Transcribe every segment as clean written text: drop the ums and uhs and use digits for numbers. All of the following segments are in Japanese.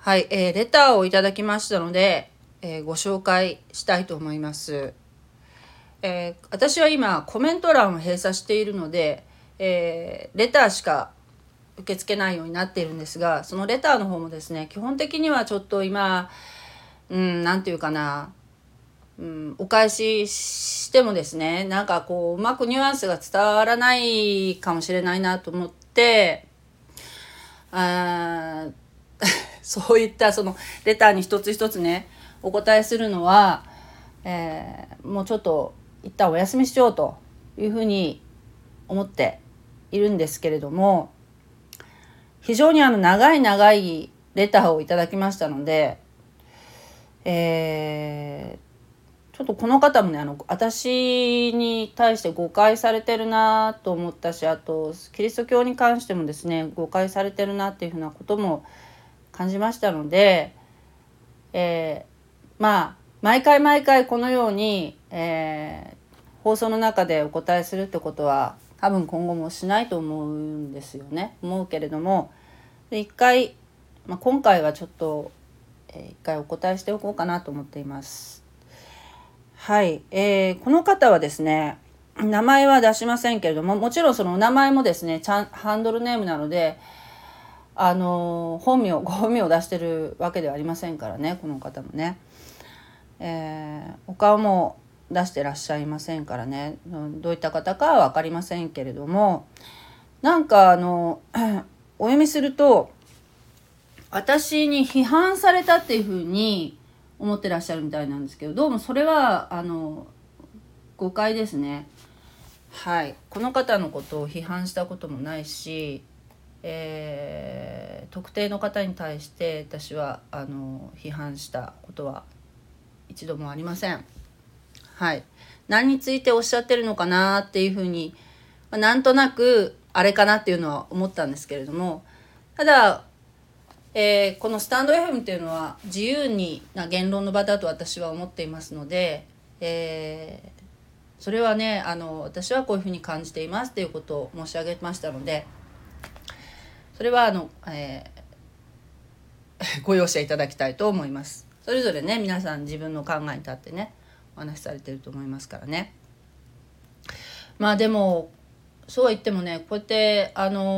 はい、レターをいただきましたので、ご紹介したいと思います。私は今コメント欄を閉鎖しているので、レターしか受け付けないようになっているんですが、そのレターの方もですね、基本的にはちょっと今、なんていうかな、お返ししてもですね、なんかこううまくニュアンスが伝わらないかもしれないなと思って、そういったそのレターに一つ一つねお答えするのは、もうちょっと一旦お休みしようというふうに思っているんですけれども、非常に長い長いレターをいただきましたので、ちょっとこの方もね私に対して誤解されてるなと思ったし、あとキリスト教に関してもですね誤解されてるなっていうふうなことも感じましたので、毎回このように、放送の中でお答えするってことは多分今後もしないと思うんですよね。思うけれども、で一回、今回はちょっと、一回お答えしておこうかなと思っています。はい、この方はですね、名前は出しませんけれども、もちろんそのお名前もですねハンドルネームなので、ご本名を出してるわけではありませんからね、この方もね、お顔も出してらっしゃいませんからね、どういった方かは分かりませんけれども、なんかお読みすると私に批判されたっていうふうに思ってらっしゃるみたいなんですけど、どうもそれは誤解ですね。はい、この方のことを批判したこともないし、特定の方に対して私は批判したことは一度もありません。はい、何についておっしゃってるのかなっていうふうに、なんとなくあれかなっていうのは思ったんですけれども、ただ、このスタンド FM っていうのは自由な言論の場だと私は思っていますので、それはね私はこういうふうに感じていますっていうことを申し上げましたので、それはご容赦いただきたいと思います。それぞれね皆さん自分の考えに立ってねお話しされてると思いますからね。でもそうは言ってもね、こうやって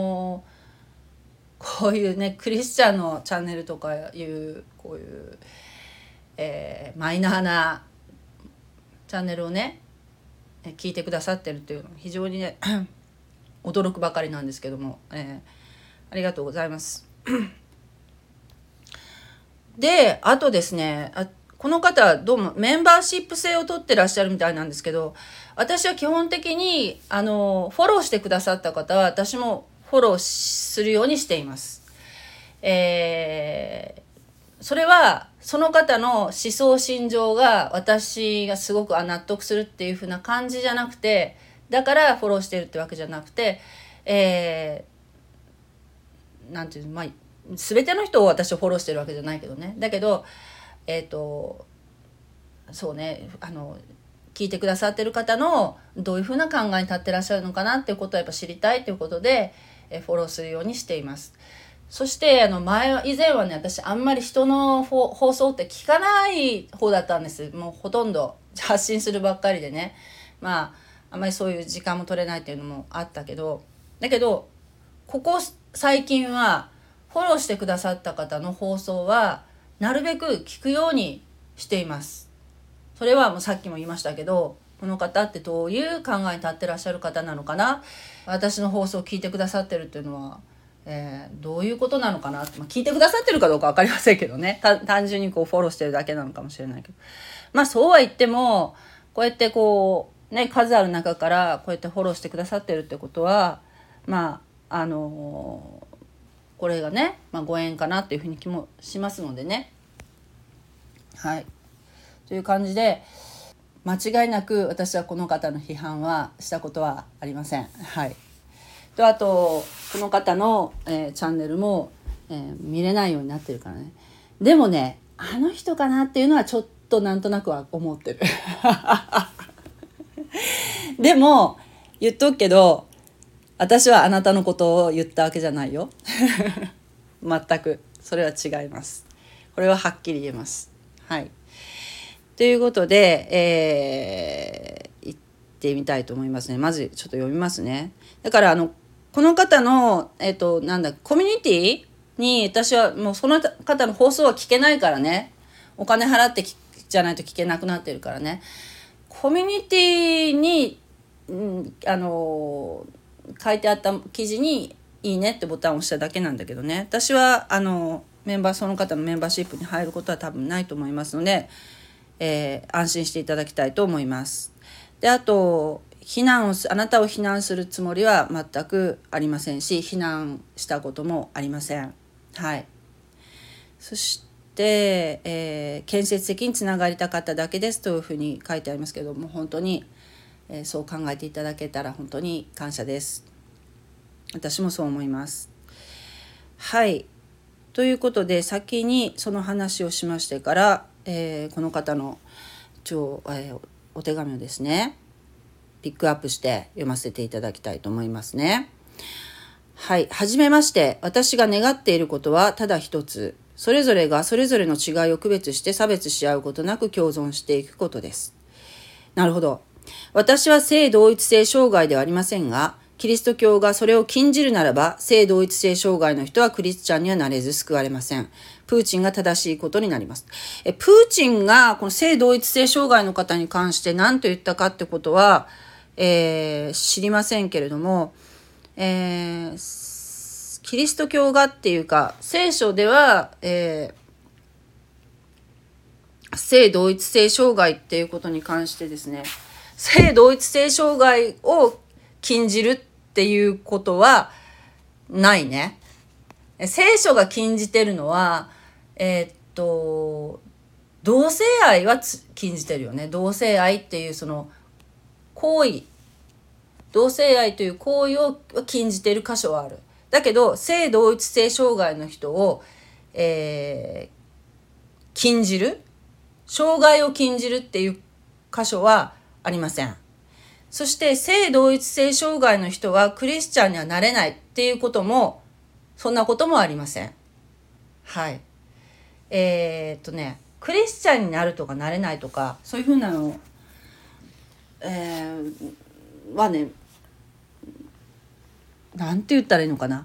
こういうねクリスチャンのチャンネルとかいうこういう、マイナーなチャンネルをね聞いてくださってるというのは非常にね驚くばかりなんですけども、ありがとうございます。で、あとですね、この方どうもメンバーシップ制を取ってらっしゃるみたいなんですけど、私は基本的にフォローしてくださった方は私もフォローするようにしています。それはその方の思想心情が私がすごく納得するっていう風な感じじゃなくて、だからフォローしてるってわけじゃなくて、なんていうの、全ての人を私をフォローしてるわけじゃないけどね、だけどそうね聞いてくださってる方のどういうふうな考えに立ってらっしゃるのかなっていうことをやっぱ知りたいということで、フォローするようにしています。そして以前はね私あんまり人の放送って聞かない方だったんです。もうほとんど発信するばっかりでね、あんまりそういう時間も取れないっていうのもあったけど、だけどここ最近はフォローしてくださった方の放送はなるべく聞くようにしています。それはもうさっきも言いましたけど、この方ってどういう考えに立ってらっしゃる方なのかな、私の放送を聞いてくださってるっていうのは、どういうことなのかな、聞いてくださってるかどうか分かりませんけどね、単純にこうフォローしてるだけなのかもしれないけど、そうは言ってもこうやってこうね数ある中からこうやってフォローしてくださってるってことはこれがね、ご縁かなっていうふうに気もしますのでね。はい、という感じで間違いなく私はこの方の批判はしたことはありません。はい、とあとこの方の、チャンネルも、見れないようになってるからね。でもねあの人かなっていうのはちょっとなんとなくは思ってるでも言っとくけど私はあなたのことを言ったわけじゃないよ全くそれは違います。 これははっきり言えます。はい。ということで、行ってみたいと思いますね。まずちょっと読みますね。だからこの方のコミュニティに私はもうその方の放送は聞けないからね。お金払ってじゃないと聞けなくなってるからね。コミュニティに、書いてあった記事にいいねってボタンを押しただけなんだけどね。私はその方のメンバーシップに入ることは多分ないと思いますので、安心していただきたいと思います。で、あとあなたを非難するつもりは全くありませんし、非難したこともありません。はい。そして、建設的につながりたかっただけですというふうに書いてありますけども、本当に、そう考えていただけたら本当に感謝です。私もそう思います。はい。ということで、先にその話をしましてから、この方のお手紙をですね、ピックアップして読ませていただきたいと思いますね。はい。はじめまして。私が願っていることはただ一つ。それぞれがそれぞれの違いを区別して差別し合うことなく共存していくことです。なるほど。私は性同一性障害ではありませんが、キリスト教がそれを禁じるならば、性同一性障害の人はクリスチャンにはなれず救われません。プーチンが正しいことになります。プーチンがこの性同一性障害の方に関して何と言ったかってことは、知りませんけれども、キリスト教がっていうか聖書では、性同一性障害っていうことに関してですね、性同一性障害を禁じるっていうことはないね。聖書が禁じてるのは同性愛は禁じてるよね。同性愛っていうその行為、同性愛という行為を禁じている箇所はある。だけど性同一性障害の人を、禁じる、障害を禁じるっていう箇所はありません。そして性同一性障害の人はクリスチャンにはなれないっていうことも、そんなこともありません。はい。クリスチャンになるとかなれないとかそういうふうなの、はね、なんて言ったらいいのかな。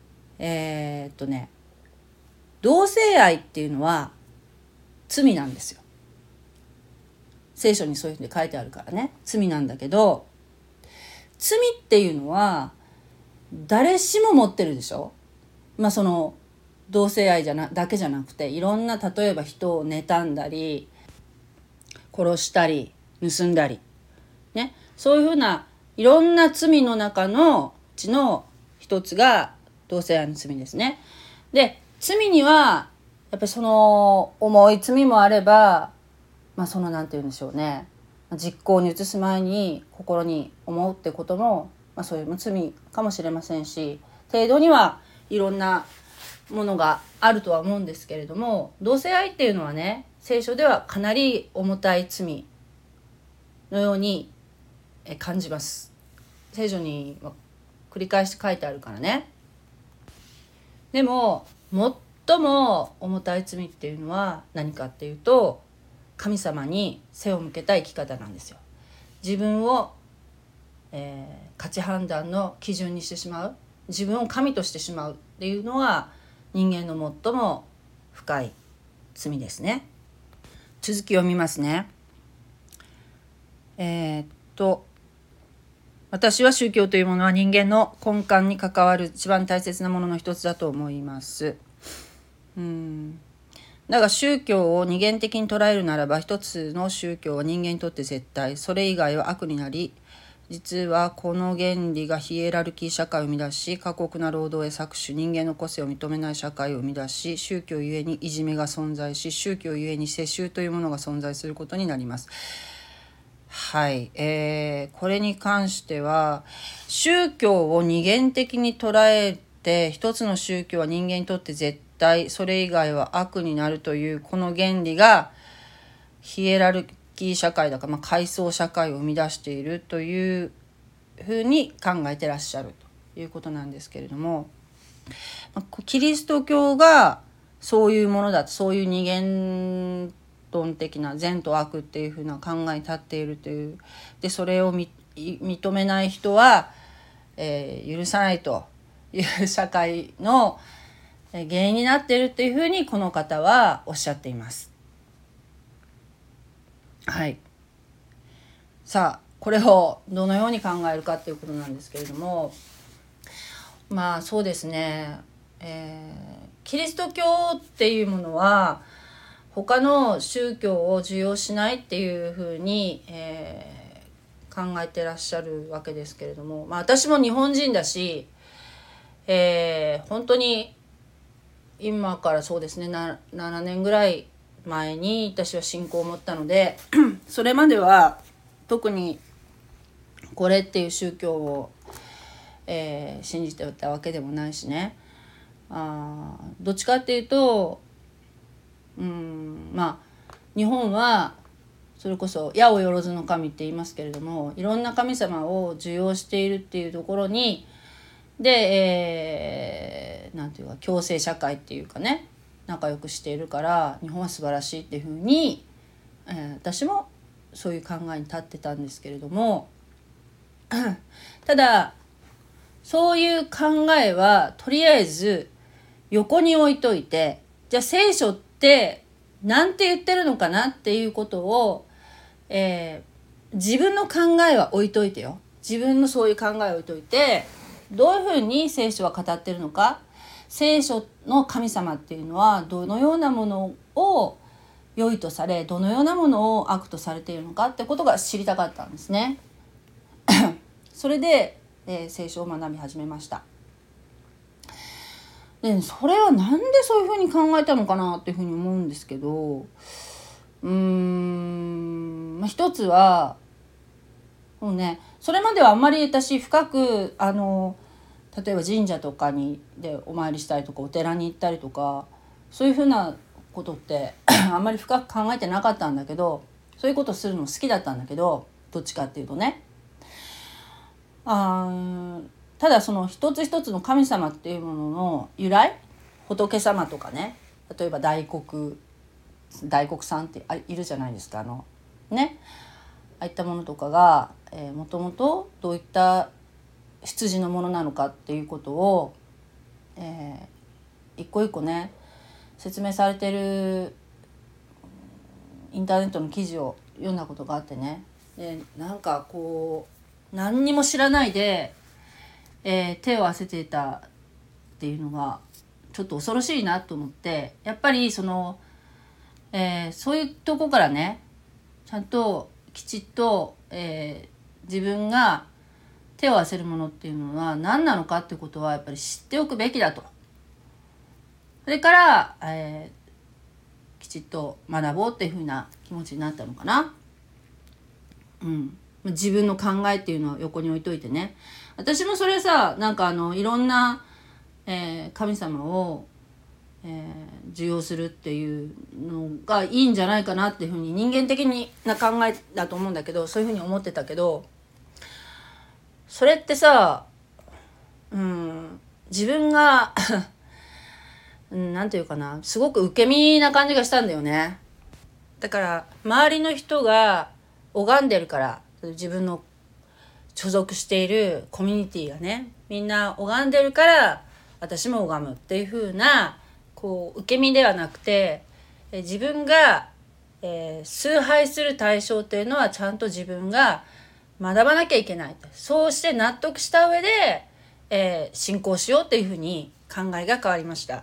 同性愛っていうのは罪なんですよ。聖書にそういうふうに書いてあるからね、罪なんだけど、罪っていうのは誰しも持ってるでしょ。その同性愛だけじゃなくて、いろんな、例えば人を妬んだり殺したり盗んだりね、そういうふうないろんな罪の中のうちの一つが同性愛の罪ですね。で、罪にはやっぱりその重い罪もあれば、そのなんて言うんでしょうね、実行に移す前に心に思うってことも、そういう罪かもしれませんし、程度にはいろんなものがあるとは思うんですけれども、同性愛っていうのはね、聖書ではかなり重たい罪のように感じます。聖書に繰り返し書いてあるからね。でも最も重たい罪っていうのは何かっていうと、神様に背を向けた生き方なんですよ。自分を、価値判断の基準にしてしまう、自分を神としてしまうっていうのは人間の最も深い罪ですね。続きを見ますね。私は宗教というものは人間の根幹に関わる一番大切なものの一つだと思います。だが宗教を二元的に捉えるならば、一つの宗教は人間にとって絶対、それ以外は悪になり、実はこの原理がヒエラルキー社会を生み出し、過酷な労働へ搾取、人間の個性を認めない社会を生み出し、宗教ゆえにいじめが存在し、宗教ゆえに世襲というものが存在することになります。はい、これに関しては、宗教を二元的に捉えて、一つの宗教は人間にとって絶対、それ以外は悪になるというこの原理がヒエラルキー社会だから、階層社会を生み出しているというふうに考えてらっしゃるということなんですけれども、キリスト教がそういうものだと、そういう二元論的な善と悪っていうふうな考えに立っているという。でそれを認めない人は、許さないという社会の原因になっているというふうにこの方はおっしゃっています。はい。さあこれをどのように考えるかということなんですけれども、まあそうですね、キリスト教っていうものは他の宗教を受容しないっていうふうに、考えてらっしゃるわけですけれども、まあ、私も日本人だし、本当に今からそうですね7年ぐらい前に私は信仰を持ったのでそれまでは特にこれっていう宗教を、信じてたわけでもないしね、どっちかっていうとまあ日本はそれこそ矢をよろずの神って言いますけれども、いろんな神様を受容しているっていうところにで、なんていうか共生社会っていうかね、仲良くしているから日本は素晴らしいっていうふうに、私もそういう考えに立ってたんですけれどもただそういう考えはとりあえず横に置いといて、じゃあ聖書ってなんて言ってるのかなっていうことを、自分の考えは置いといてよ。自分のそういう考えを置いといて、どういうふうに聖書は語ってるのか、聖書の神様っていうのはどのようなものを良いとされ、どのようなものを悪とされているのかってことが知りたかったんですねそれで、聖書を学び始めました。でそれはなんでそういうふうに考えたのかなっていうふうに思うんですけど、一つはもうね、それまではあんまり私深く例えば神社とかでお参りしたりとかお寺に行ったりとかそういうふうなことってあんまり深く考えてなかったんだけど、そういうことするの好きだったんだけど、どっちかっていうとね、ただその一つ一つの神様っていうものの由来、仏様とかね、例えば大黒さんっているじゃないですか、ね、ああいったものとかがもともとどういった出自のものなのかっていうことを、一個一個ね説明されてるインターネットの記事を読んだことがあってね、でなんかこう何にも知らないで、手を合わせていたっていうのがちょっと恐ろしいなと思って、やっぱりそういうとこからねちゃんときちっと、自分が手を合わせるものっていうのは何なのかっていうことはやっぱり知っておくべきだと。それから、きちっと学ぼうっていうふうな気持ちになったのかな。自分の考えっていうのを横に置いといてね、私もそれさ、なんかいろんな、神様を、受容するっていうのがいいんじゃないかなっていうふうに人間的な考えだと思うんだけど、そういうふうに思ってたけど、それってさ、自分がなんていうかな、すごく受け身な感じがしたんだよね。だから周りの人が拝んでるから、自分の所属しているコミュニティがねみんな拝んでるから私も拝むっていう風なこう受け身ではなくて、自分が、崇拝する対象っていうのはちゃんと自分が学ばなきゃいけない、そうして納得した上で、信仰しようっていう風に考えが変わりました。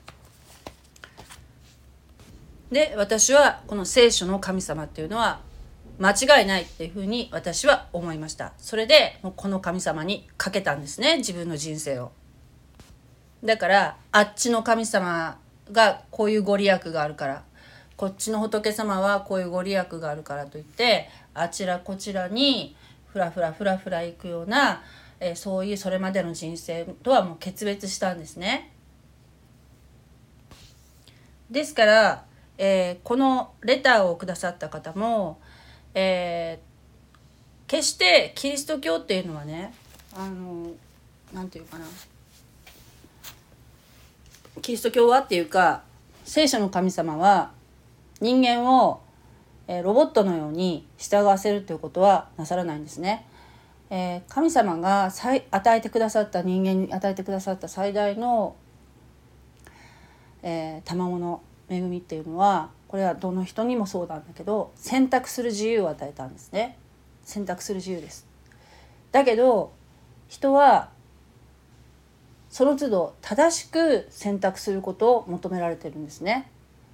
で私はこの聖書の神様っていうのは間違いないっていうふうに私は思いました。それでもうこの神様にかけたんですね、自分の人生を。だからあっちの神様がこういうご利益があるから、こっちの仏様はこういうご利益があるからといってあちらこちらにふらふら行くような、そういうそれまでの人生とはもう決別したんですね。ですから、このレターをくださった方も、決してキリスト教っていうのはね、なんていうかな、キリスト教はっていうか聖書の神様は人間をロボットのように従わせるということはなさらないんですね。神様が与えてくださった人間に与えてくださった最大の、賜物恵みっていうのは、これはどの人にもそうなんだけど、選択する自由を与えたんですね。選択する自由です。だけど人はその都度正しく選択することを求められてるんですね。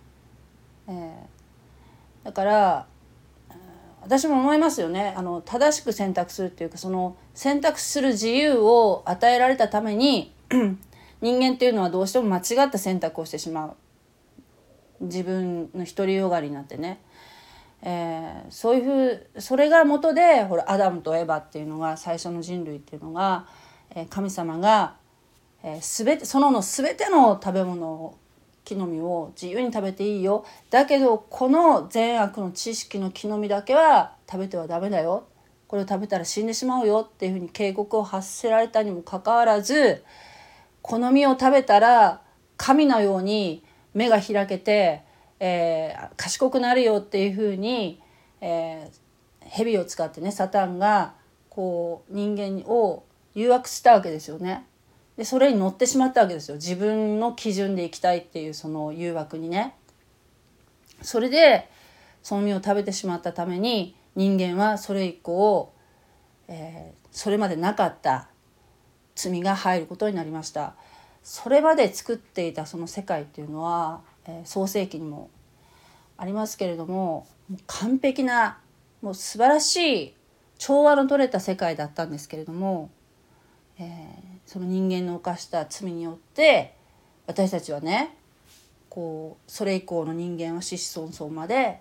だから私も思いますよね。正しく選択するっていうか、その選択する自由を与えられたために人間っていうのはどうしても間違った選択をしてしまう。自分の独りよがりになってね、そういうそれが元でほらアダムとエバっていうのが、最初の人類っていうのが、神様が、園の全ての食べ物を木の実を自由に食べていいよ、だけどこの善悪の知識の木の実だけは食べてはダメだよ、これを食べたら死んでしまうよっていうふうに警告を発せられたにもかかわらず、この実を食べたら神のように目が開けて、賢くなるよっていうふうに、蛇を使ってね、サタンがこう人間を誘惑したわけですよね。でそれに乗ってしまったわけですよ。自分の基準で生きたいっていうその誘惑にね。それでその実を食べてしまったために、人間はそれ以降、それまでなかった罪が入ることになりました。それまで作っていたその世界っていうのは、創世記にもありますけれども、完璧な、もう素晴らしい調和の取れた世界だったんですけれども、その人間の犯した罪によって私たちはね、こうそれ以降の人間は子々孫々まで、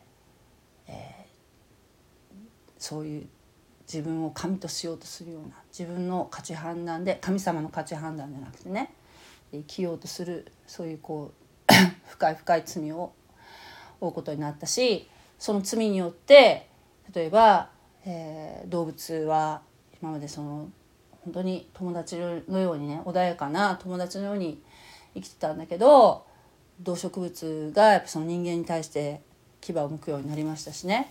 そういう自分を神としようとするような、自分の価値判断で、神様の価値判断じゃなくてね、生きようとする、そういうこう深い深い罪を負うことになったし、その罪によって例えば、動物は今までその本当に友達のようにね、穏やかな友達のように生きてたんだけど、動植物がやっぱその人間に対して牙を向くようになりましたしね、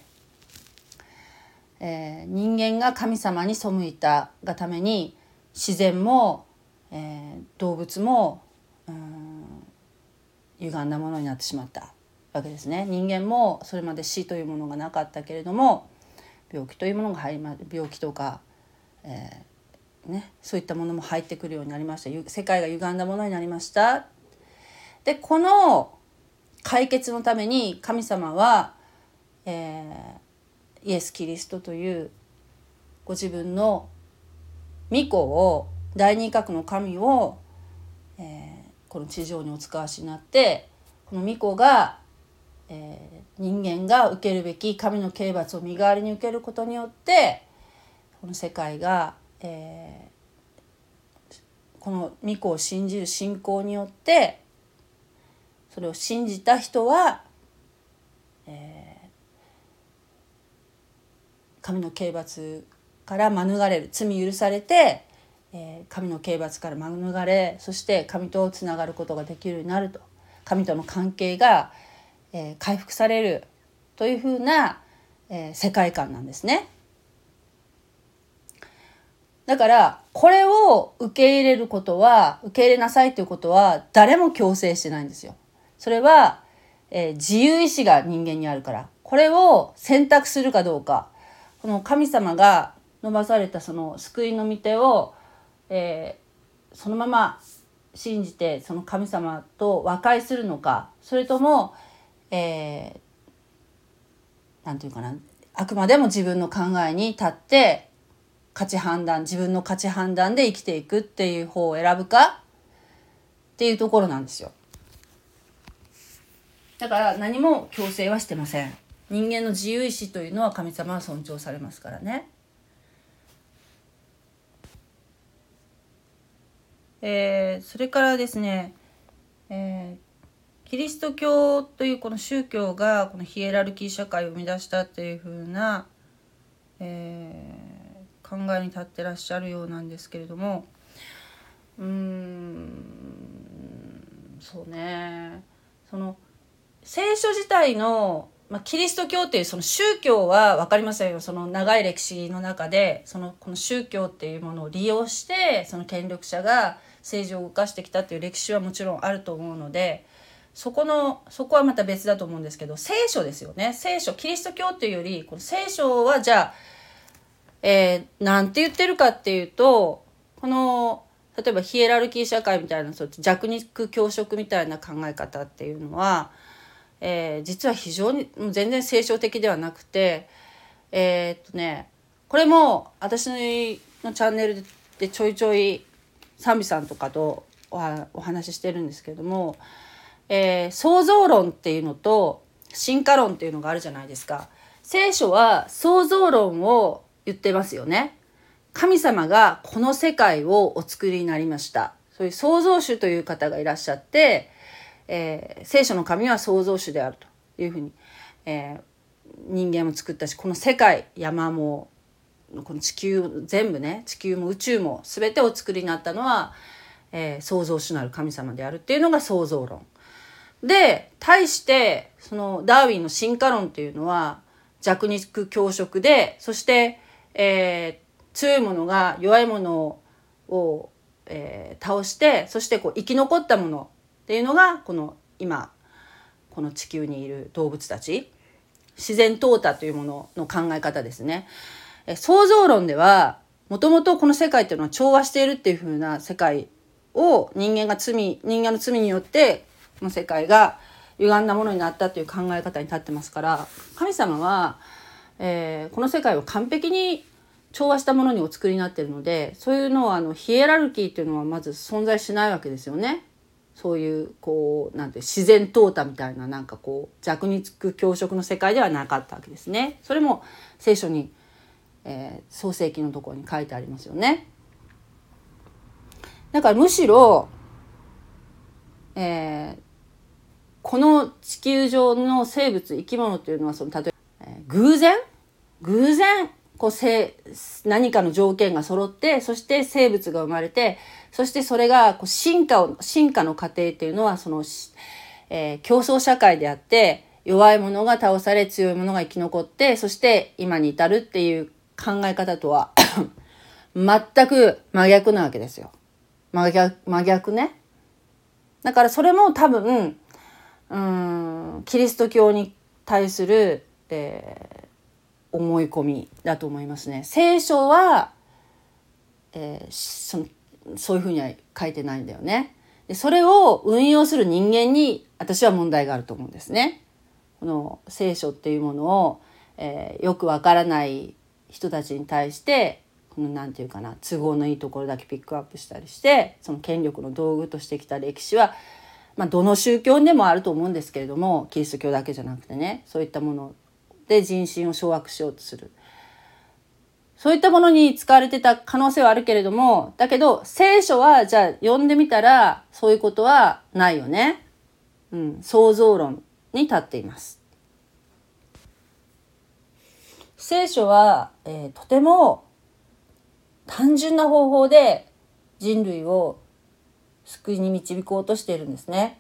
人間が神様に背いたがために自然も、動物も歪んだものになってしまったわけですね。人間もそれまで死というものがなかったけれども、病気というものが病気とか、そういったものも入ってくるようになりました。世界が歪んだものになりました。でこの解決のために神様は、イエス・キリストというご自分の御子を、第二格の神を、この地上にお使わしになって、この御子が、人間が受けるべき神の刑罰を身代わりに受けることによって、この世界が、この御子を信じる信仰によって、それを信じた人は、神の刑罰から免れる、罪許されて、神の刑罰から免れ、そして神とつながることができるようになると、神との関係が、回復されるというふうな、世界観なんですね。だからこれを受け入れることは、受け入れなさいということは誰も強制してないんですよ。それは、自由意志が人間にあるから、これを選択するかどうか、この神様が伸ばされたその救いの御手を、そのまま信じてその神様と和解するのか、それとも、なんていうかな、あくまでも自分の考えに立って自分の価値判断で生きていくっていう方を選ぶかっていうところなんですよ。だから何も強制はしてません。人間の自由意志というのは神様は尊重されますからね。それからですね、キリスト教というこの宗教がこのヒエラルキー社会を生み出したっていう風な、考えに立ってらっしゃるようなんですけれども、そうね、その聖書自体の、キリスト教っていうその宗教は分かりませんよ。その長い歴史の中でこの宗教っていうものを利用してその権力者が政治を動かしてきたっていう歴史はもちろんあると思うので、そこはまた別だと思うんですけど、聖書ですよね。聖書、キリスト教っていうよりこの聖書はじゃあ、なんて言ってるかっていうと、この例えばヒエラルキー社会みたいな弱肉強食みたいな考え方っていうのは、実は非常に全然聖書的ではなくて、これも私のチャンネルでちょいちょい賛美さんとかとお話ししてるんですけれども、創造論っていうのと進化論っていうのがあるじゃないですか。聖書は創造論を言ってますよね。神様がこの世界をお作りになりました。そういう創造主という方がいらっしゃって、聖書の神は創造主であるというふうに、人間も作ったし、この世界、山もこの地球全部ね、地球も宇宙も全てお作りになったのは、創造主なる神様であるっていうのが創造論で、対してそのダーウィンの進化論っていうのは弱肉強食で、そして、強いものが弱いものを、倒して、そして生き残ったものっていうのが今この地球にいる動物たち、自然淘汰というものの考え方ですね。創造論ではもともとこの世界っていうのは調和しているっていう風な世界を人間の罪によってこの世界が歪んだものになったという考え方に立ってますから、神様は、この世界を完璧に調和したものにお作りになっているので、そういうのはヒエラルキーっていうのはまず存在しないわけですよね。そういうなんて自然淘汰みたいな弱肉強食の世界ではなかったわけですね。それも聖書に、創世記のところに書いてありますよね。だからむしろ、この地球上の生物生き物というのは例えば、偶然何かの条件が揃って、そして生物が生まれて、そしてそれが進化の過程っていうのは競争社会であって、弱い者が倒され強い者が生き残って、そして今に至るっていう考え方とは全く真逆なわけですよ。真逆ね。だからそれも多分キリスト教に対する、思い込みだと思いますね。聖書は、そういうふうには書いてないんだよね。でそれを運用する人間に私は問題があると思うんですね。この聖書っていうものを、よくわからない人たちに対してなんていうかな、都合のいいところだけピックアップしたりして、その権力の道具としてきた歴史は、どの宗教でもあると思うんですけれども、キリスト教だけじゃなくてね、そういったもので人心を掌握しようとする、そういったものに使われてた可能性はあるけれども、だけど聖書はじゃあ読んでみたらそういうことはないよね。創造論に立っています。聖書は、とても単純な方法で人類を救いに導こうとしているんですね。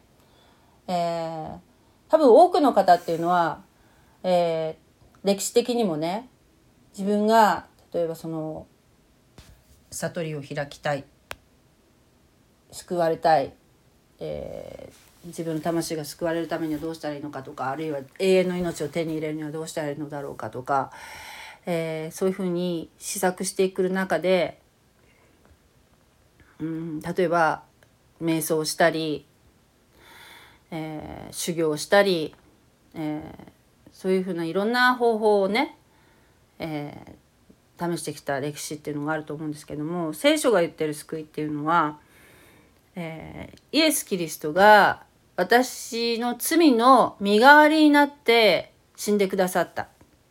多分多くの方っていうのは、歴史的にもね、自分が例えば悟りを開きたい、救われたい、自分の魂が救われるためにはどうしたらいいのかとか、あるいは永遠の命を手に入れるにはどうしたらいいのだろうかとか、そういうふうに試作していく中で、例えば瞑想したり、修行したり、そういうふうないろんな方法をね、試してきた歴史っていうのがあると思うんですけども、聖書が言ってる救いっていうのは、イエス・キリストが私の罪の身代わりになって死んでくださった、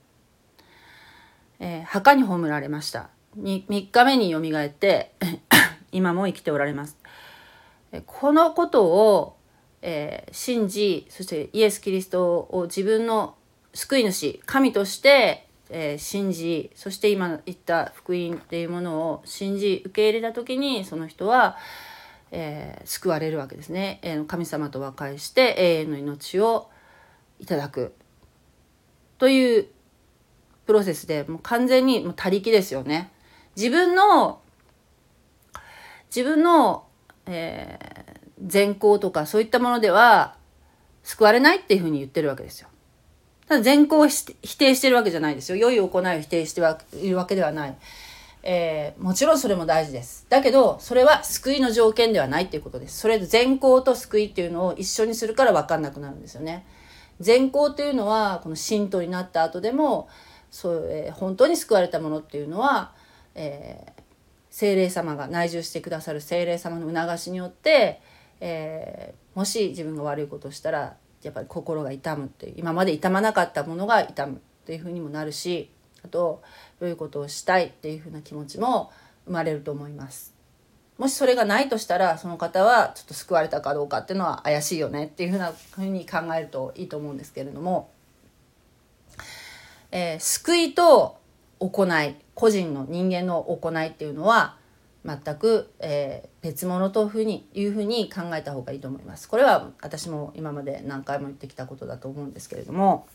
墓に葬られました。3日目によみがえって今も生きておられます。このことを、信じ、そしてイエス・キリストを自分の救い主、神として、信じ、そして今言った福音っていうものを信じ受け入れた時に、その人は、救われるわけですね。神様と和解して永遠の命をいただくというプロセスで、もう完全にもう他力ですよね。自分の、善行とかそういったものでは救われないっていうふうに言ってるわけですよ。ただ善行を否定してるわけじゃないですよ。良い行いを否定しているわけではない。もちろんそれも大事です。だけどそれは救いの条件ではないっていうことです。それで善行と救いっていうのを一緒にするから分かんなくなるんですよね。善行っていうのはこの信徒になった後でも本当に救われたものっていうのは、聖霊様が内住してくださる聖霊様の促しによって、もし自分が悪いことをしたらやっぱり心が痛むっていう、今まで痛まなかったものが痛むっていうふうにもなるし、あと良いことをしたいっていうふうな気持ちも生まれると思います。もしそれがないとしたらその方はちょっと救われたかどうかっていうのは怪しいよねっていうふうに考えるといいと思うんですけれども、救いと行い、個人の人間の行いっていうのは全く、別物というふうに考えた方がいいと思います。これは私も今まで何回も言ってきたことだと思うんですけれども、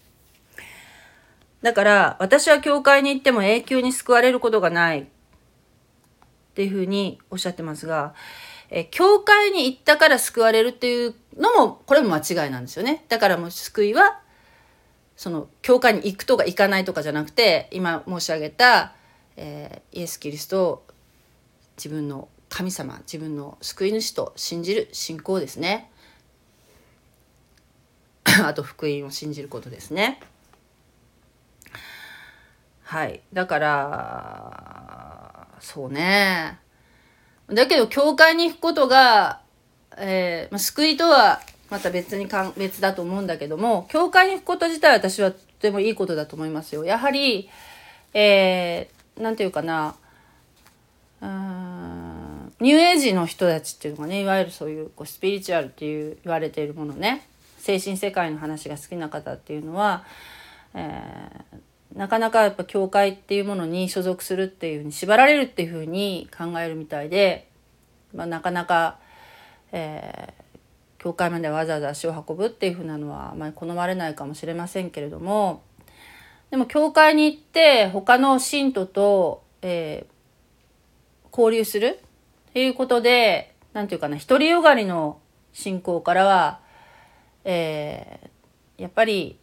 だから私は教会に行っても永久に救われることがないっていうふうにおっしゃってますが、教会に行ったから救われるっていうのもこれも間違いなんですよね。だからもう救いはその教会に行くとか行かないとかじゃなくて、今申し上げた、イエス・キリストを自分の神様、自分の救い主と信じる信仰ですね。あと福音を信じることですね。はい。だからそうね。だけど教会に行くことが、救いとはまた別だと思うんだけども、教会に行くこと自体は私はとてもいいことだと思いますよ。やはり、なんていうかな、ニューエイジの人たちっていうのがね、いわゆるそういうスピリチュアルっていう言われているものね、精神世界の話が好きな方っていうのは、なかなかやっぱ教会っていうものに所属するっていうふうに縛られるっていうふうに考えるみたいで、なかなか、教会までわざわざ足を運ぶっていうふうなのはあまり好まれないかもしれませんけれども、でも教会に行って他の信徒と、交流するっていうことで、なんていうかな、独りよがりの信仰からは、やっぱり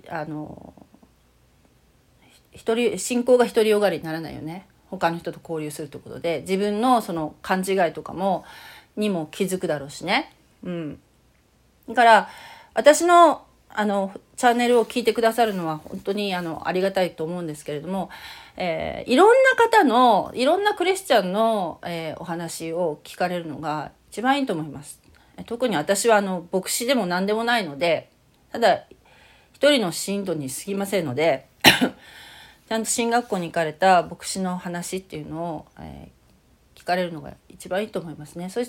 信仰が独りよがりにならないよね。他の人と交流するということで自分のその勘違いとかにも気づくだろうしね。だから私のチャンネルを聞いてくださるのは本当にありがたいと思うんですけれども、いろんな方のいろんなクリスチャンの、お話を聞かれるのが一番いいと思います。特に私は牧師でも何でもないので、ただ一人の信徒に過ぎませんのでちゃんと進学校に行かれた牧師の話っていうのを、聞かれるのが一番いいと思いますね。そして、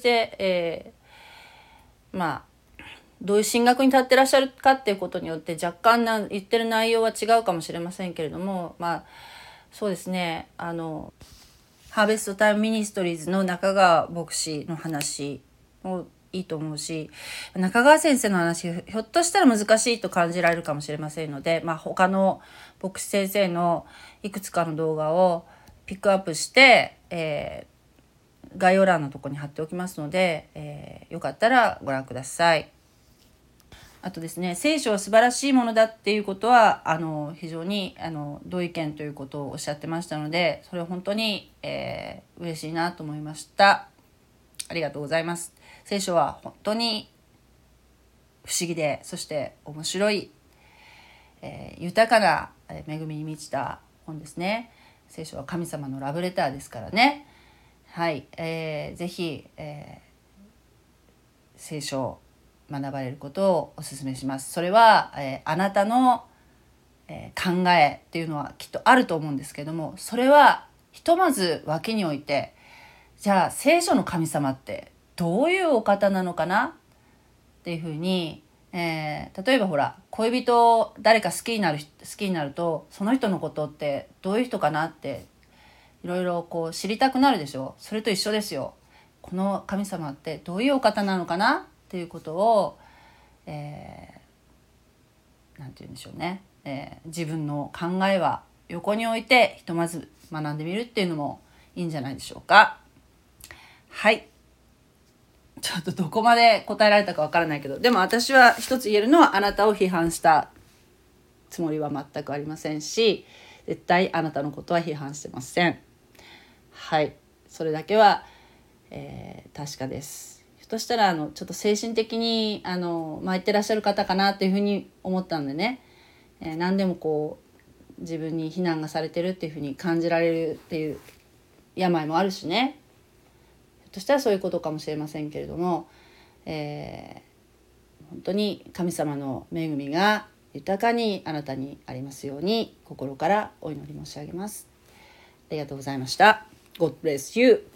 どういう進学に立ってらっしゃるかっていうことによって若干言ってる内容は違うかもしれませんけれども、そうですね、ハーベストタイムミニストリーズの中川牧師の話もいいと思うし、中川先生の話ひょっとしたら難しいと感じられるかもしれませんので、他の牧師先生のいくつかの動画をピックアップして、概要欄のところに貼っておきますので、よかったらご覧ください。あとですね、聖書は素晴らしいものだっていうことは非常に同意見ということをおっしゃってましたので、それは本当に、嬉しいなと思いました。ありがとうございます。聖書は本当に不思議で、そして面白い、豊かな恵みに満ちた本ですね。聖書は神様のラブレターですからね。はい、ぜひ、聖書を学ばれることをお勧めします。それは、あなたの、考えっていうのはきっとあると思うんですけども、それはひとまず脇に置いて、じゃあ聖書の神様ってどういうお方なのかなっていうふうに、例えばほら、恋人を誰か好きになると、その人のことってどういう人かなっていろいろこう知りたくなるでしょ。それと一緒ですよ。この神様ってどういうお方なのかなっていうことを、 て言うんでしょうね、自分の考えは横に置いてひとまず学んでみるっていうのもいいんじゃないでしょうか。はい、ちょっとどこまで答えられたかわからないけど、でも私は一つ言えるのは、あなたを批判したつもりは全くありませんし、絶対あなたのことは批判してません。はい、それだけは、確かです。ひょっとしたらちょっと精神的に参ってらっしゃる方かなっていうふうに思ったんでね、何でもこう自分に非難がされてるっていうふうに感じられるっていう病もあるしね、ひょっとしたらそういうことかもしれませんけれども、本当に神様の恵みが豊かにあなたにありますように心からお祈り申し上げます。ありがとうございました。God bless you.